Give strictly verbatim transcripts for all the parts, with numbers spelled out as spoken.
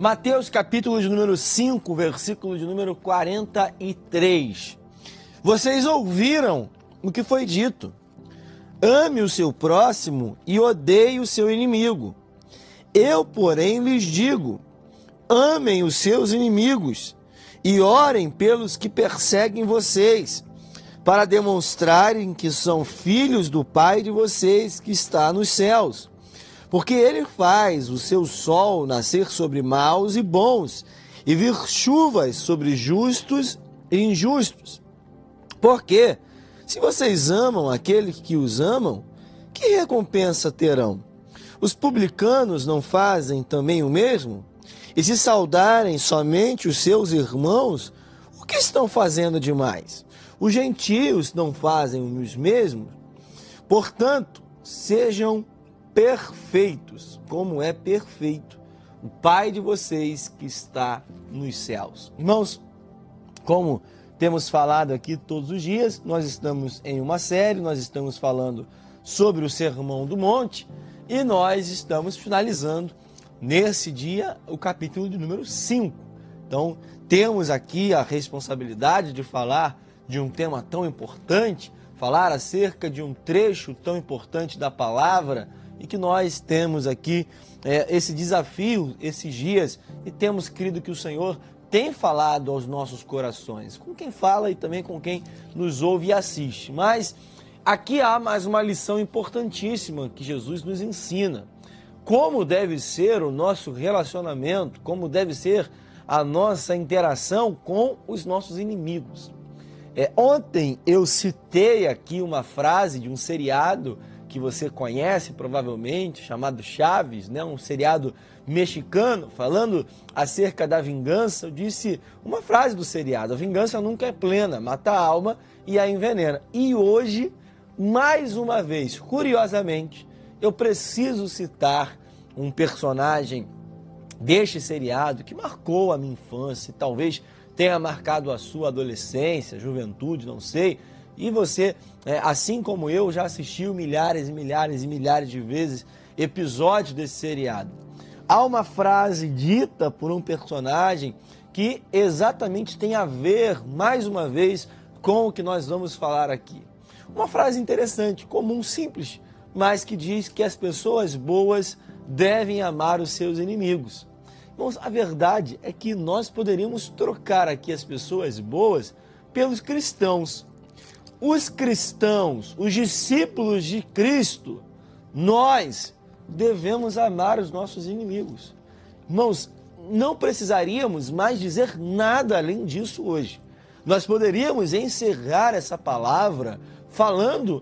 Mateus capítulo de número cinco, versículo de número quarenta e três. Vocês ouviram o que foi dito: ame o seu próximo e odeie o seu inimigo. Eu, porém, lhes digo: amem os seus inimigos e orem pelos que perseguem vocês, para demonstrarem que são filhos do Pai de vocês que está nos céus. Porque ele faz o seu sol nascer sobre maus e bons, e vir chuvas sobre justos e injustos. Porque, se vocês amam aqueles que os amam, que recompensa terão? Os publicanos não fazem também o mesmo? E se saudarem somente os seus irmãos, o que estão fazendo demais? Os gentios não fazem os mesmos? Portanto, sejam perfeitos, como é perfeito o Pai de vocês que está nos céus. Irmãos, como temos falado aqui todos os dias, nós estamos em uma série, nós estamos falando sobre o Sermão do Monte e nós estamos finalizando nesse dia o capítulo de número cinco. Então, temos aqui a responsabilidade de falar de um tema tão importante, falar acerca de um trecho tão importante da palavra, e que nós temos aqui é, esse desafio esses dias e temos crido que o Senhor tem falado aos nossos corações, com quem fala e também com quem nos ouve e assiste. Mas aqui há mais uma lição importantíssima que Jesus nos ensina. Como deve ser o nosso relacionamento, como deve ser a nossa interação com os nossos inimigos. É, ontem eu citei aqui uma frase de um seriado que você conhece provavelmente, chamado Chaves, né? Um seriado mexicano, falando acerca da vingança. Eu disse uma frase do seriado: a vingança nunca é plena, mata a alma e a envenena. E hoje, mais uma vez, curiosamente, eu preciso citar um personagem deste seriado que marcou a minha infância, talvez tenha marcado a sua adolescência, juventude, não sei. E você, assim como eu, já assistiu milhares e milhares e milhares de vezes episódios desse seriado. Há uma frase dita por um personagem que exatamente tem a ver, mais uma vez, com o que nós vamos falar aqui. Uma frase interessante, comum, simples, mas que diz que as pessoas boas devem amar os seus inimigos. Irmãos, a verdade é que nós poderíamos trocar aqui as pessoas boas pelos cristãos. Os cristãos, os discípulos de Cristo, nós devemos amar os nossos inimigos. Irmãos, não precisaríamos mais dizer nada além disso hoje. Nós poderíamos encerrar essa palavra falando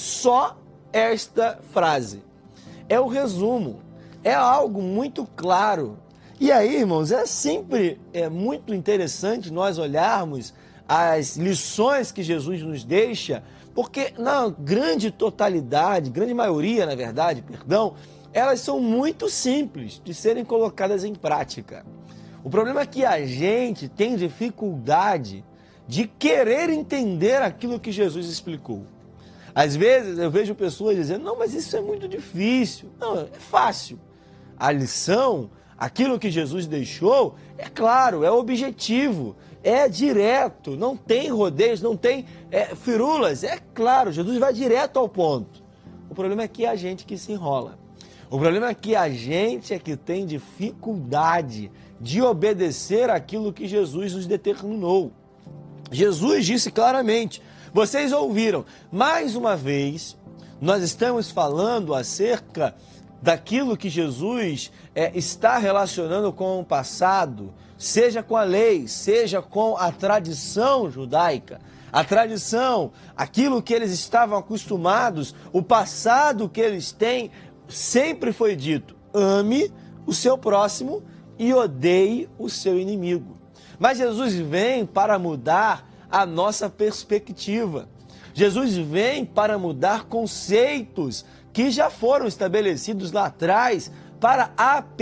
só esta frase. É o resumo, é algo muito claro. E aí, irmãos, é sempre é muito interessante nós olharmos as lições que Jesus nos deixa, porque na grande totalidade, grande maioria, na verdade, perdão, elas são muito simples de serem colocadas em prática. O problema é que a gente tem dificuldade de querer entender aquilo que Jesus explicou. Às vezes eu vejo pessoas dizendo: não, mas isso é muito difícil. Não, é fácil. A lição, aquilo que Jesus deixou, é claro, é objetivo, é direto, não tem rodeios, não tem é, firulas, é claro, Jesus vai direto ao ponto. O problema é que é a gente que se enrola. O problema é que a gente é que tem dificuldade de obedecer aquilo que Jesus nos determinou. Jesus disse claramente, vocês ouviram, mais uma vez, nós estamos falando acerca daquilo que Jesus é, está relacionando com o passado, seja com a lei, seja com a tradição judaica. A tradição, aquilo que eles estavam acostumados, o passado que eles têm, sempre foi dito: ame o seu próximo e odeie o seu inimigo. Mas Jesus vem para mudar a nossa perspectiva. Jesus vem para mudar conceitos que já foram estabelecidos lá atrás para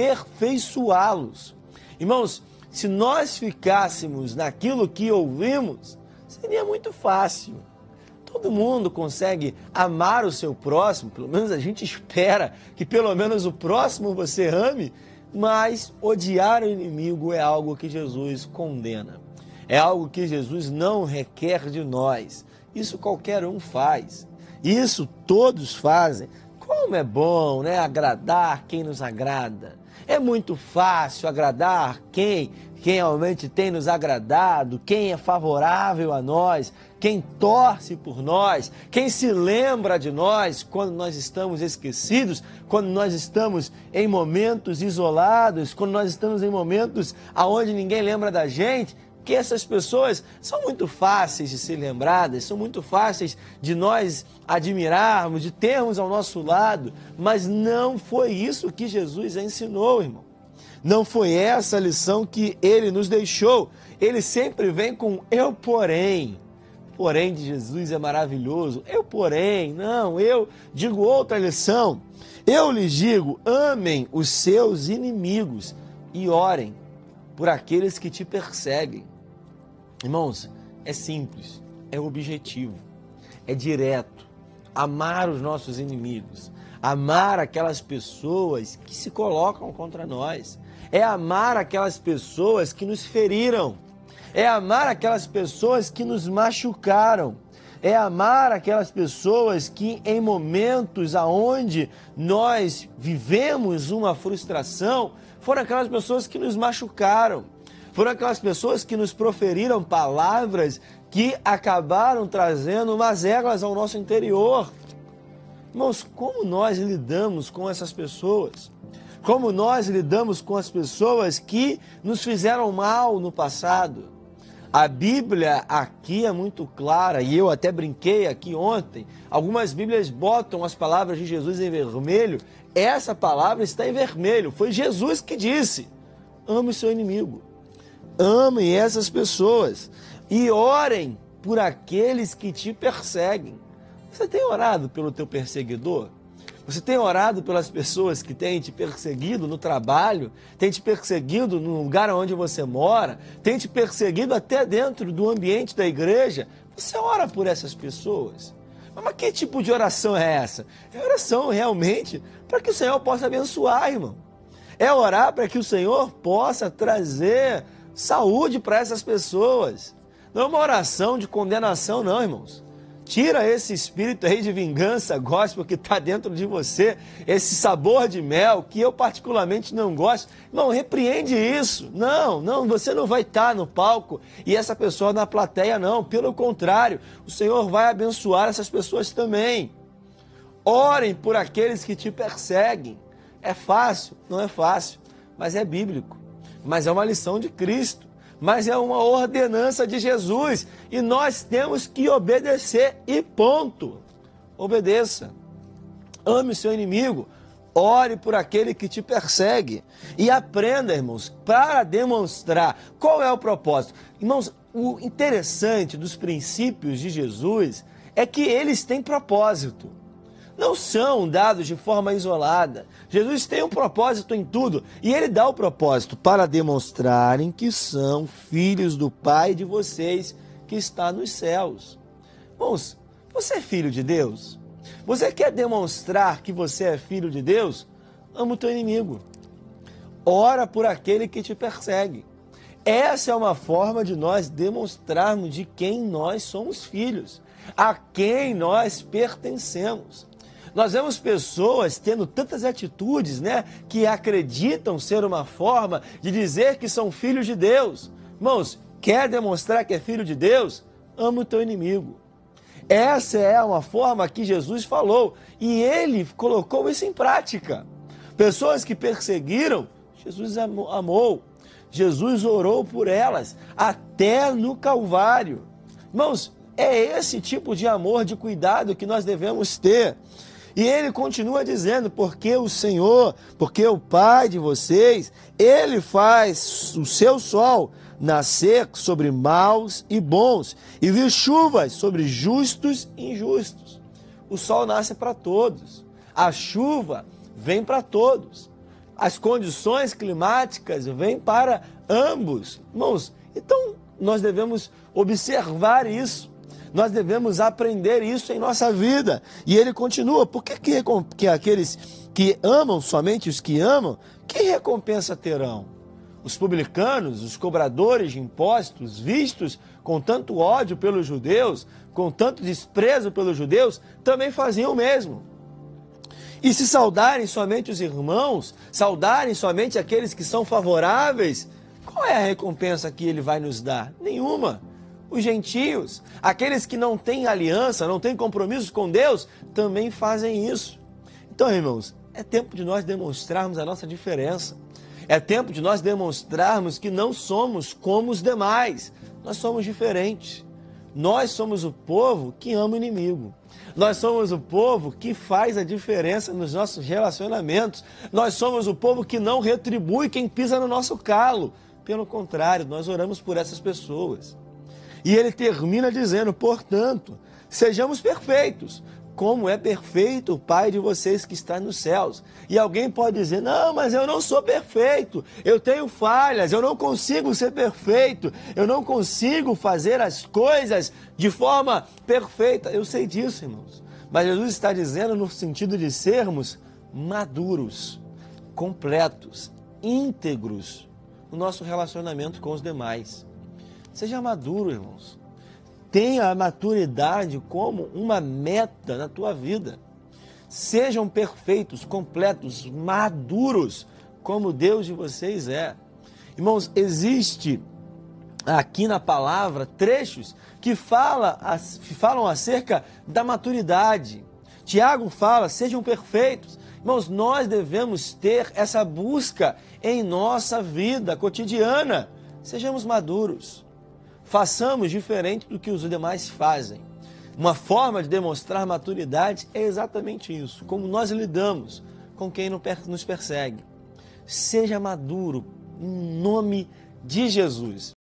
aperfeiçoá-los. Irmãos, se nós ficássemos naquilo que ouvimos, seria muito fácil. Todo mundo consegue amar o seu próximo, pelo menos a gente espera que pelo menos o próximo você ame, Mas odiar o inimigo é algo que Jesus condena. É algo que Jesus não requer de nós. Isso qualquer um faz. Isso todos fazem. Como é bom, né, agradar quem nos agrada. É muito fácil agradar quem, quem realmente tem nos agradado, quem é favorável a nós, quem torce por nós, quem se lembra de nós quando nós estamos esquecidos, quando nós estamos em momentos isolados, quando nós estamos em momentos onde ninguém lembra da gente. Que essas pessoas são muito fáceis de ser lembradas, são muito fáceis de nós admirarmos, de termos ao nosso lado, mas não foi isso que Jesus ensinou, irmão. Não foi essa a lição que ele nos deixou. Ele sempre vem com eu, porém. Porém de Jesus é maravilhoso. Eu, porém, não, eu digo outra lição. Eu lhes digo, amem os seus inimigos e orem por aqueles que te perseguem. Irmãos, é simples, é objetivo, é direto. Amar os nossos inimigos, amar aquelas pessoas que se colocam contra nós, é amar aquelas pessoas que nos feriram, é amar aquelas pessoas que nos machucaram, é amar aquelas pessoas que em momentos aonde nós vivemos uma frustração, foram aquelas pessoas que nos machucaram. Foram aquelas pessoas que nos proferiram palavras que acabaram trazendo mazelas ao nosso interior. Irmãos, como nós lidamos com essas pessoas? Como nós lidamos com as pessoas que nos fizeram mal no passado? A Bíblia aqui é muito clara, e eu até brinquei aqui ontem. Algumas Bíblias botam as palavras de Jesus em vermelho. Essa palavra está em vermelho. Foi Jesus que disse: ame o seu inimigo. Amem essas pessoas e orem por aqueles que te perseguem. Você tem orado pelo teu perseguidor? Você tem orado pelas pessoas que têm te perseguido no trabalho, têm te perseguido no lugar onde você mora, têm te perseguido até dentro do ambiente da igreja? Você ora por essas pessoas? Mas que tipo de oração é essa? É oração realmente para que o Senhor possa abençoar, irmão. É orar para que o Senhor possa trazer saúde para essas pessoas. Não é uma oração de condenação, não, irmãos. Tira esse espírito aí de vingança gospel que está dentro de você, esse sabor de mel que eu particularmente não gosto. Não, repreende isso. Não, não, você não vai estar no palco e essa pessoa na plateia, não. Pelo contrário, o Senhor vai abençoar essas pessoas também. Orem por aqueles que te perseguem. É fácil? Não é fácil, mas é bíblico. Mas é uma lição de Cristo, mas é uma ordenança de Jesus, e nós temos que obedecer e ponto. Obedeça. Ame o seu inimigo, ore por aquele que te persegue e aprenda, irmãos, para demonstrar qual é o propósito. Irmãos, o interessante dos princípios de Jesus é que eles têm propósito. Não são dados de forma isolada. Jesus tem um propósito em tudo e ele dá o propósito para demonstrarem que são filhos do Pai de vocês que está nos céus. Irmãos, você é filho de Deus? Você quer demonstrar que você é filho de Deus? Ama o teu inimigo. Ora por aquele que te persegue. Essa é uma forma de nós demonstrarmos de quem nós somos filhos, a quem nós pertencemos. Nós vemos pessoas tendo tantas atitudes, né, que acreditam ser uma forma de dizer que são filhos de Deus. Irmãos, quer demonstrar que é filho de Deus? Ama o teu inimigo. Essa é uma forma que Jesus falou e ele colocou isso em prática. Pessoas que perseguiram, Jesus amou. Jesus orou por elas até no Calvário. Irmãos, é esse tipo de amor, de cuidado que nós devemos ter. E ele continua dizendo, porque o Senhor, porque o Pai de vocês, ele faz o seu sol nascer sobre maus e bons, e vir chuvas sobre justos e injustos. O sol nasce para todos, a chuva vem para todos, as condições climáticas vêm para ambos. Irmãos, então nós devemos observar isso. Nós devemos aprender isso em nossa vida. E ele continua, por que, que, que aqueles que amam, somente os que amam, que recompensa terão? Os publicanos, os cobradores de impostos, vistos com tanto ódio pelos judeus, com tanto desprezo pelos judeus, também faziam o mesmo. E se saudarem somente os irmãos, saudarem somente aqueles que são favoráveis, qual é a recompensa que ele vai nos dar? Nenhuma. Os gentios, aqueles que não têm aliança, não têm compromissos com Deus, também fazem isso. Então, irmãos, é tempo de nós demonstrarmos a nossa diferença. É tempo de nós demonstrarmos que não somos como os demais. Nós somos diferentes. Nós somos o povo que ama o inimigo. Nós somos o povo que faz a diferença nos nossos relacionamentos. Nós somos o povo que não retribui quem pisa no nosso calo. Pelo contrário, nós oramos por essas pessoas. E ele termina dizendo, portanto, sejamos perfeitos, como é perfeito o Pai de vocês que está nos céus. E alguém pode dizer, não, mas eu não sou perfeito, eu tenho falhas, eu não consigo ser perfeito, eu não consigo fazer as coisas de forma perfeita. Eu sei disso, irmãos. Mas Jesus está dizendo no sentido de sermos maduros, completos, íntegros no nosso relacionamento com os demais. Seja maduro, irmãos. Tenha a maturidade como uma meta na tua vida. Sejam perfeitos, completos, maduros, como Deus de vocês é. Irmãos, existe aqui na palavra trechos que fala, falam acerca da maturidade. Tiago fala, sejam perfeitos. Irmãos, nós devemos ter essa busca em nossa vida cotidiana. Sejamos maduros. Façamos diferente do que os demais fazem. Uma forma de demonstrar maturidade é exatamente isso, como nós lidamos com quem nos persegue. Seja maduro, em nome de Jesus.